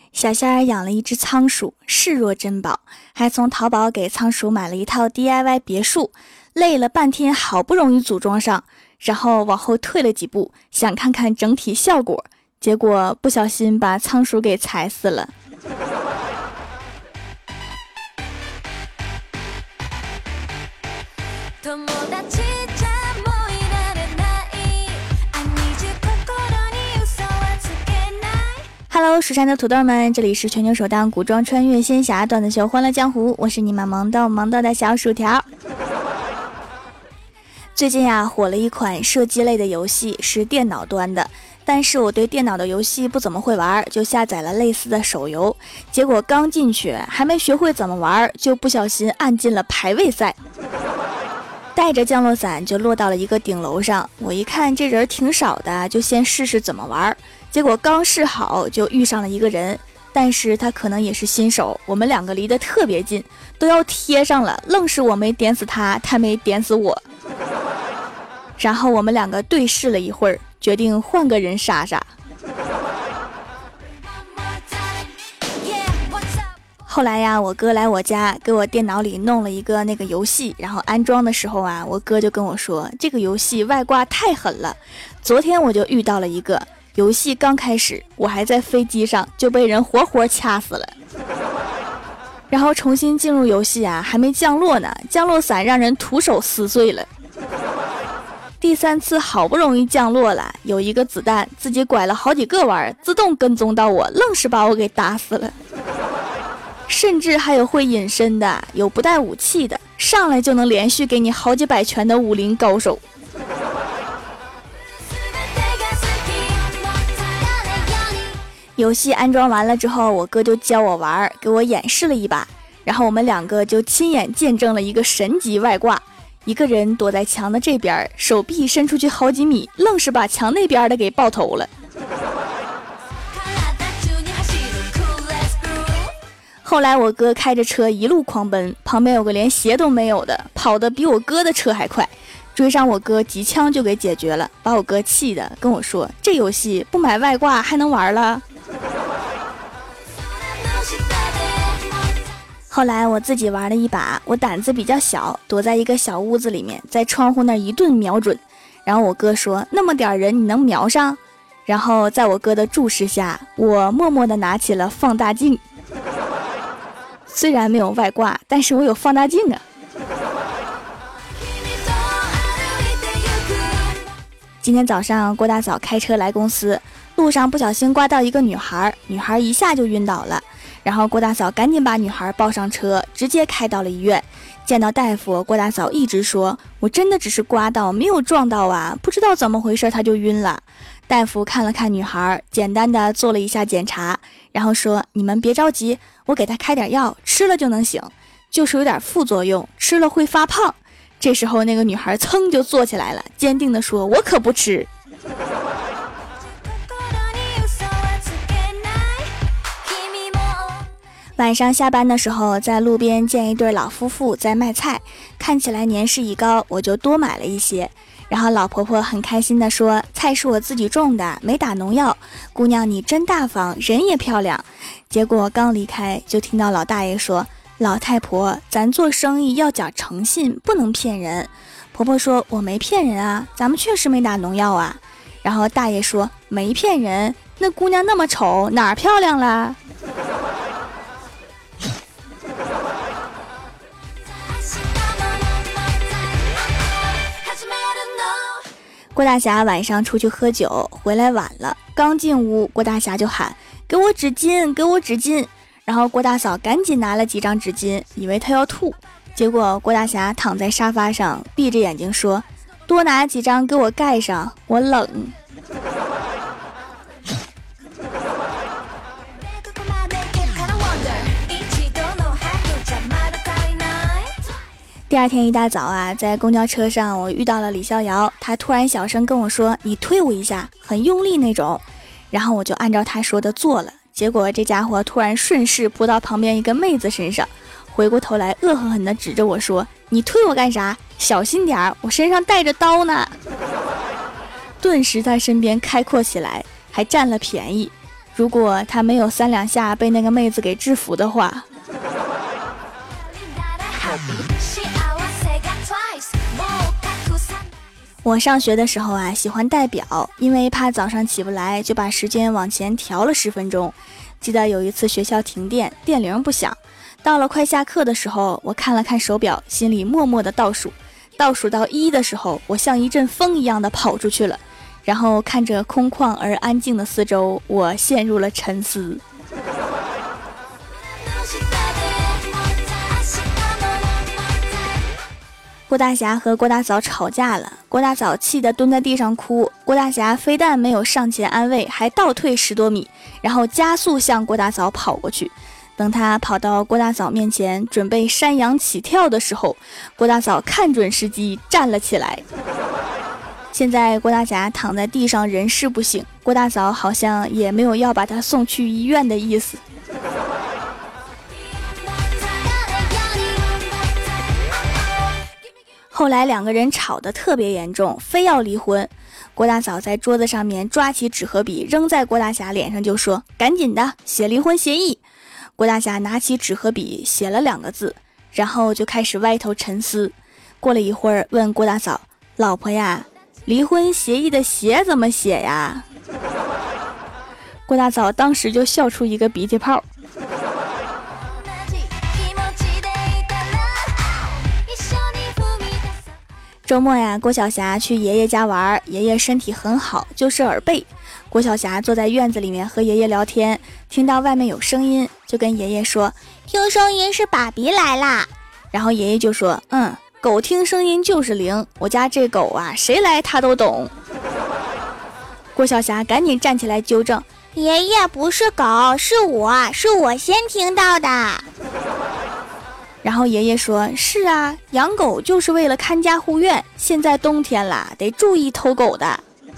小仙儿养了一只仓鼠，视若珍宝，还从淘宝给仓鼠买了一套 DIY 别墅，累了半天好不容易组装上，然后往后退了几步，想看看整体效果，结果不小心把仓鼠给踩死了。Hello， 蜀山的土豆们，这里是全球首档古装穿越仙侠段子秀《欢乐江湖》，我是你们萌豆的小薯条。最近啊，火了一款射击类的游戏，是电脑端的，但是我对电脑的游戏不怎么会玩，就下载了类似的手游，结果刚进去还没学会怎么玩，就不小心按进了排位赛。带着降落伞就落到了一个顶楼上，我一看这人挺少的，就先试试怎么玩，结果刚试好就遇上了一个人，但是他可能也是新手，我们两个离得特别近，都要贴上了，愣是我没点死他，他没点死我。然后我们两个对视了一会儿，决定换个人杀杀。后来呀，我哥来我家给我电脑里弄了一个那个游戏，然后安装的时候啊，我哥就跟我说这个游戏外挂太狠了。昨天我就遇到了一个游戏刚开始，我还在飞机上就被人活活掐死了。然后重新进入游戏啊，还没降落呢，降落伞让人徒手撕碎了。第三次好不容易降落了，有一个子弹自己拐了好几个弯，自动跟踪到我，愣是把我给打死了。甚至还有会隐身的，有不带武器的，上来就能连续给你好几百拳的武林高手。游戏安装完了之后，我哥就教我玩，给我演示了一把，然后我们两个就亲眼见证了一个神级外挂，一个人躲在墙的这边，手臂伸出去好几米，愣是把墙那边的给爆头了。后来我哥开着车一路狂奔，旁边有个连鞋都没有的，跑得比我哥的车还快，追上我哥几枪就给解决了，把我哥气的跟我说，这游戏不买外挂还能玩了。后来我自己玩了一把，我胆子比较小，躲在一个小屋子里面，在窗户那一顿瞄准，然后我哥说那么点人你能瞄上？然后在我哥的注视下，我默默地拿起了放大镜。虽然没有外挂，但是我有放大镜啊。今天早上郭大嫂开车来公司，路上不小心刮到一个女孩，女孩一下就晕倒了，然后郭大嫂赶紧把女孩抱上车，直接开到了医院。见到大夫，郭大嫂一直说，我真的只是刮到，没有撞到啊，不知道怎么回事她就晕了。大夫看了看女孩，简单的做了一下检查，然后说，你们别着急，我给她开点药，吃了就能醒，就是有点副作用，吃了会发胖。这时候那个女孩噌就坐起来了，坚定的说，我可不吃。晚上下班的时候，在路边见一对老夫妇在卖菜，看起来年事已高，我就多买了一些。然后老婆婆很开心地说，菜是我自己种的，没打农药，姑娘你真大方，人也漂亮。结果刚离开就听到老大爷说，老太婆，咱做生意要讲诚信，不能骗人。婆婆说，我没骗人啊，咱们确实没打农药啊。然后大爷说，没骗人，那姑娘那么丑，哪儿漂亮啦？郭大侠晚上出去喝酒，回来晚了，刚进屋，郭大侠就喊，给我纸巾，给我纸巾。然后郭大嫂赶紧拿了几张纸巾，以为他要吐，结果郭大侠躺在沙发上，闭着眼睛说，多拿几张给我盖上，我冷。第二天一大早啊，在公交车上我遇到了李逍遥，他突然小声跟我说，你推我一下，很用力那种。然后我就按照他说的做了，结果这家伙突然顺势扑到旁边一个妹子身上，回过头来恶狠狠地指着我说，你推我干啥？小心点儿，我身上带着刀呢。顿时他身边开阔起来，还占了便宜。 如果他没有3两下被那个妹子给制服的话。我上学的时候啊，喜欢带表，因为怕早上起不来，就把时间往前调了10分钟。记得有一次学校停电，电铃不响，到了快下课的时候，我看了看手表，心里默默的倒数到1的时候，我像一阵风一样的跑出去了，然后看着空旷而安静的四周，我陷入了沉思。郭大侠和郭大嫂吵架了，郭大嫂气得蹲在地上哭，郭大侠非但没有上前安慰，还倒退10多米，然后加速向郭大嫂跑过去。等他跑到郭大嫂面前，准备山羊起跳的时候，郭大嫂看准时机站了起来。现在郭大侠躺在地上人事不省，郭大嫂好像也没有要把他送去医院的意思。后来2个人吵得特别严重，非要离婚。郭大嫂在桌子上面抓起纸和笔，扔在郭大侠脸上就说：“赶紧的，写离婚协议。”郭大侠拿起纸和笔写了2个字，然后就开始歪头沉思。过了一会儿，问郭大嫂：“老婆呀，离婚协议的协怎么写呀？”郭大嫂当时就笑出一个鼻涕泡。周末呀，郭晓霞去爷爷家玩，爷爷身体很好，就是耳背。郭晓霞坐在院子里面和爷爷聊天，听到外面有声音，就跟爷爷说：“听声音是爸比来啦。”然后爷爷就说：“狗听声音就是灵，我家这狗啊，谁来它都懂。”郭晓霞赶紧站起来纠正：“爷爷不是狗，是我先听到的。”然后爷爷说：“是啊，养狗就是为了看家护院，现在冬天啦，得注意偷狗的。”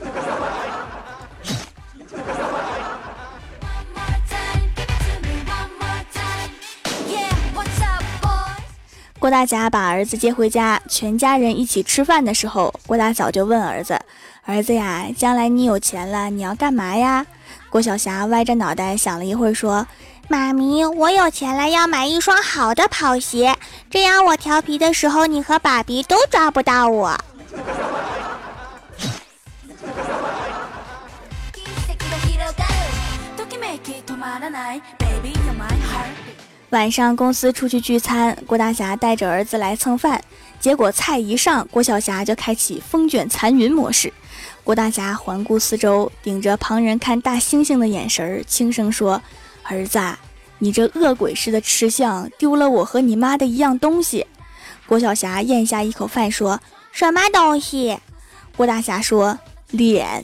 郭大侠把儿子接回家，全家人一起吃饭的时候，郭大嫂就问儿子：“儿子呀，将来你有钱了，你要干嘛呀？”郭晓霞歪着脑袋想了一会儿说：“妈咪，我有钱了，要买一双好的跑鞋，这样我调皮的时候，你和爸比都抓不到我。”晚上公司出去聚餐，郭大侠带着儿子来蹭饭，结果菜一上，郭晓霞就开启风卷残云模式。郭大侠环顾四周，顶着旁人看大猩猩的眼神，轻声说：“儿子，你这恶鬼似的吃相，丢了我和你妈的一样东西。”郭晓霞咽下一口饭说：“什么东西？”郭大侠说：“脸。”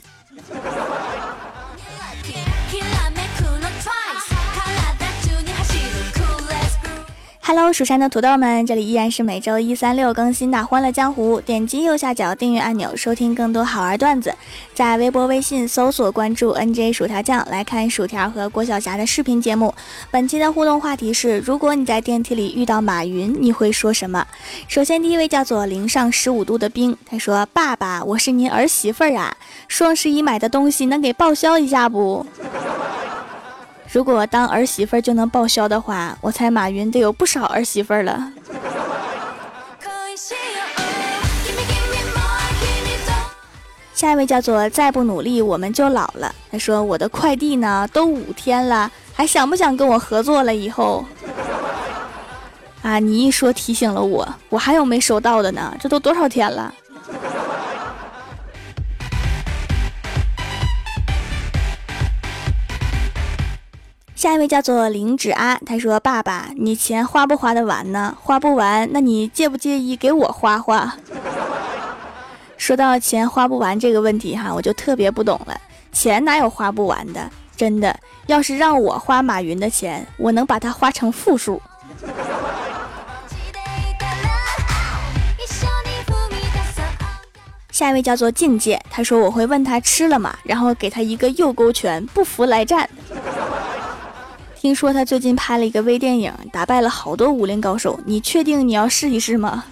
Hello， 蜀山的土豆们，这里依然是每周1、3、6更新的《欢乐江湖》。点击右下角订阅按钮，收听更多好玩段子。在微博、微信搜索关注 NJ 薯条酱，来看薯条和郭晓霞的视频节目。本期的互动话题是：如果你在电梯里遇到马云，你会说什么？首先，第一位叫做零上15度的冰，他说：“爸爸，我是您儿媳妇儿啊，双11买的东西能给报销一下不？”如果当儿媳妇儿就能报销的话，我猜马云得有不少儿媳妇儿了。下一位叫做再不努力我们就老了，他说：“我的快递呢都5天了，还想不想跟我合作了以后？”啊，你一说提醒了我还有没收到的呢，这都多少天了？下一位叫做林芷啊，他说：“爸爸，你钱花不花得完呢？花不完，那你介不介意给我花花？”说到钱花不完这个问题哈，我就特别不懂了，钱哪有花不完的？真的，要是让我花马云的钱，我能把它花成负数。下一位叫做境界，他说：“我会问他吃了吗？然后给他一个右勾拳，不服来战。”听说他最近拍了一个微电影，打败了好多武林高手，你确定你要试一试吗？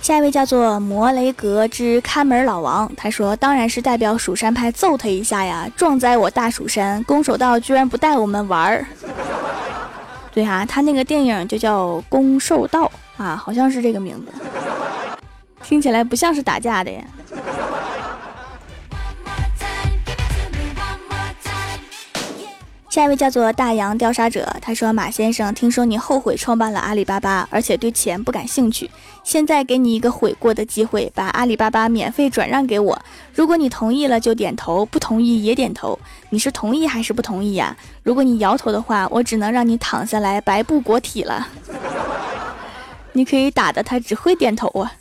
下一位叫做摩雷格之看门老王，他说当然是代表蜀山派揍他一下呀，壮哉我大蜀山，攻守道居然不带我们玩儿。对啊，他那个电影就叫攻受道啊，好像是这个名字，听起来不像是打架的呀。下一位叫做大洋调查者，他说马先生，听说你后悔创办了阿里巴巴，而且对钱不感兴趣，现在给你一个悔过的机会，把阿里巴巴免费转让给我，如果你同意了就点头，不同意也点头，你是同意还是不同意呀？如果你摇头的话，我只能让你躺下来白布裹体了。你可以打的他只会点头啊。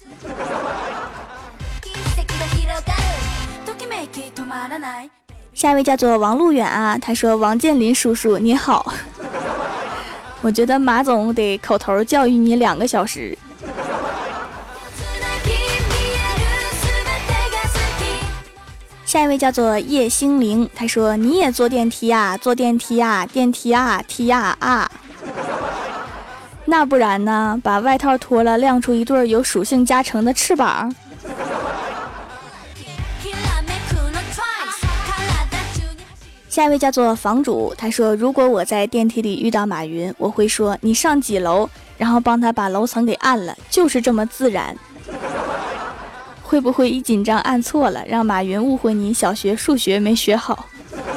下一位叫做王路远啊，他说王健林叔叔你好。我觉得马总得口头教育你2个小时。下一位叫做叶星灵，他说你也坐电梯啊，坐电梯啊，电梯啊，梯啊啊。那不然呢，把外套脱了，亮出一对有属性加成的翅膀。下一位叫做房主，他说如果我在电梯里遇到马云，我会说你上几楼，然后帮他把楼层给按了，就是这么自然。会不会一紧张按错了，让马云误会你小学数学没学好？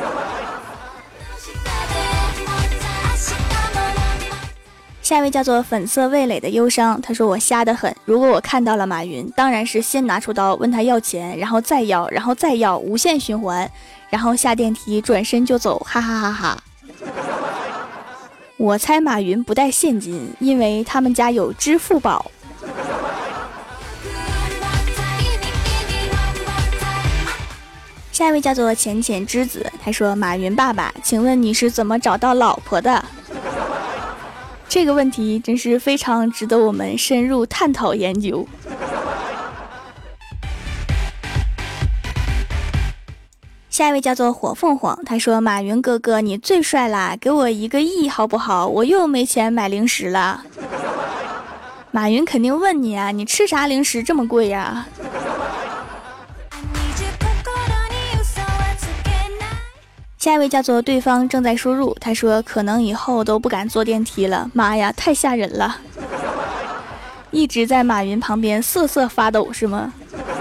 下一位叫做粉色味蕾的忧伤，他说我瞎得很，如果我看到了马云，当然是先拿出刀问他要钱，然后再要，然后再要，无限循环，然后下电梯转身就走，哈哈哈哈。我猜马云不带现金，因为他们家有支付宝。下一位叫做浅浅之子，他说马云爸爸，请问你是怎么找到老婆的？这个问题真是非常值得我们深入探讨研究。下一位叫做火凤凰，他说马云哥哥你最帅啦，给我1个亿好不好，我又没钱买零食了。马云肯定问你啊，你吃啥零食这么贵呀？下一位叫做对方正在输入，他说可能以后都不敢坐电梯了，妈呀太吓人了。一直在马云旁边瑟瑟发抖是吗？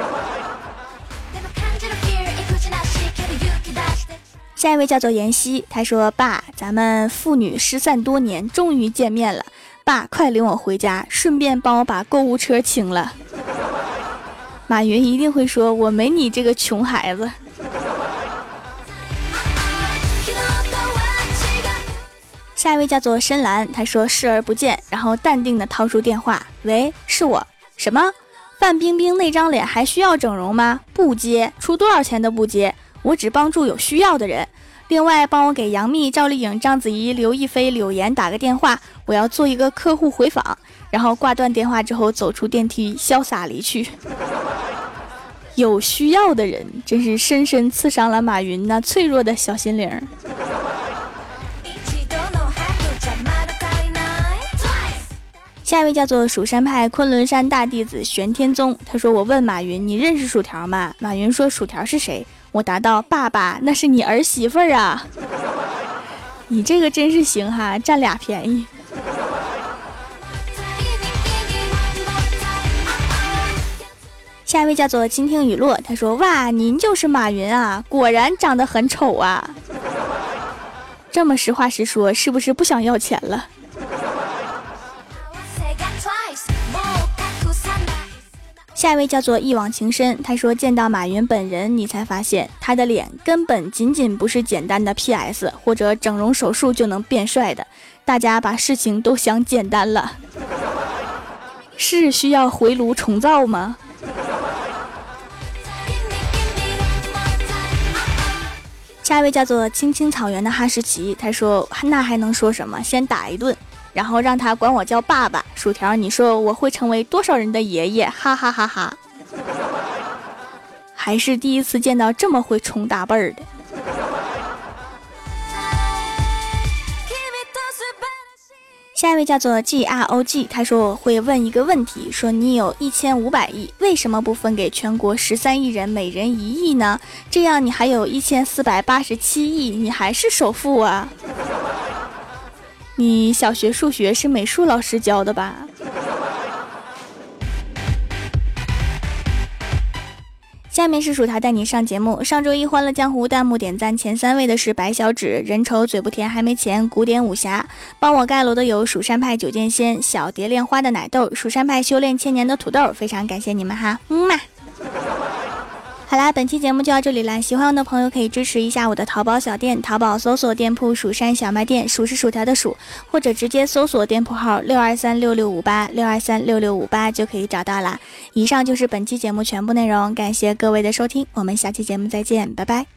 下一位叫做妍希，他说爸，咱们父女失散多年终于见面了，爸快领我回家，顺便帮我把购物车清了。马云一定会说我没你这个穷孩子。下一位叫做深蓝，他说视而不见，然后淡定的掏出电话，喂，是我。什么？范冰冰那张脸还需要整容吗？不接，出多少钱都不接，我只帮助有需要的人。另外帮我给杨幂、赵丽颖、章子怡、刘亦菲、柳岩打个电话，我要做一个客户回访。然后挂断电话之后走出电梯，潇洒离去。有需要的人真是深深刺伤了马云那脆弱的小心灵。下一位叫做蜀山派昆仑山大弟子玄天宗，他说我问马云你认识薯条吗？马云说薯条是谁？我答道爸爸，那是你儿媳妇儿啊。你这个真是行哈，占俩便宜。下一位叫做倾听雨落，他说哇，您就是马云啊，果然长得很丑啊。这么实话实说，是不是不想要钱了？下一位叫做一往情深，他说见到马云本人，你才发现他的脸根本仅仅不是简单的 PS 或者整容手术就能变帅的，大家把事情都想简单了。是需要回炉重造吗？下一位叫做青青草原的哈士奇，他说那还能说什么，先打一顿，然后让他管我叫爸爸。薯条，你说我会成为多少人的爷爷？哈哈哈哈！还是第一次见到这么会冲大辈儿的。 下一位叫做 GROG， 他说我会问一个问题，说你有1500亿，为什么不分给全国13亿人每人1亿呢？这样你还有1487亿，你还是首富啊。你小学数学是美术老师教的吧？下面是薯条带你上节目。上周一欢乐江湖弹幕点赞前3位的是白小指、人丑嘴不甜还没钱、古典武侠。帮我盖楼的有蜀山派九剑仙、小蝶恋花的奶豆、蜀山派修炼千年的土豆，非常感谢你们哈，嘛。好啦，本期节目就到这里啦，喜欢我的朋友可以支持一下我的淘宝小店，淘宝搜索店铺蜀山小卖店，蜀是薯条的蜀，或者直接搜索店铺号6236658，6236658就可以找到啦。以上就是本期节目全部内容，感谢各位的收听，我们下期节目再见，拜拜。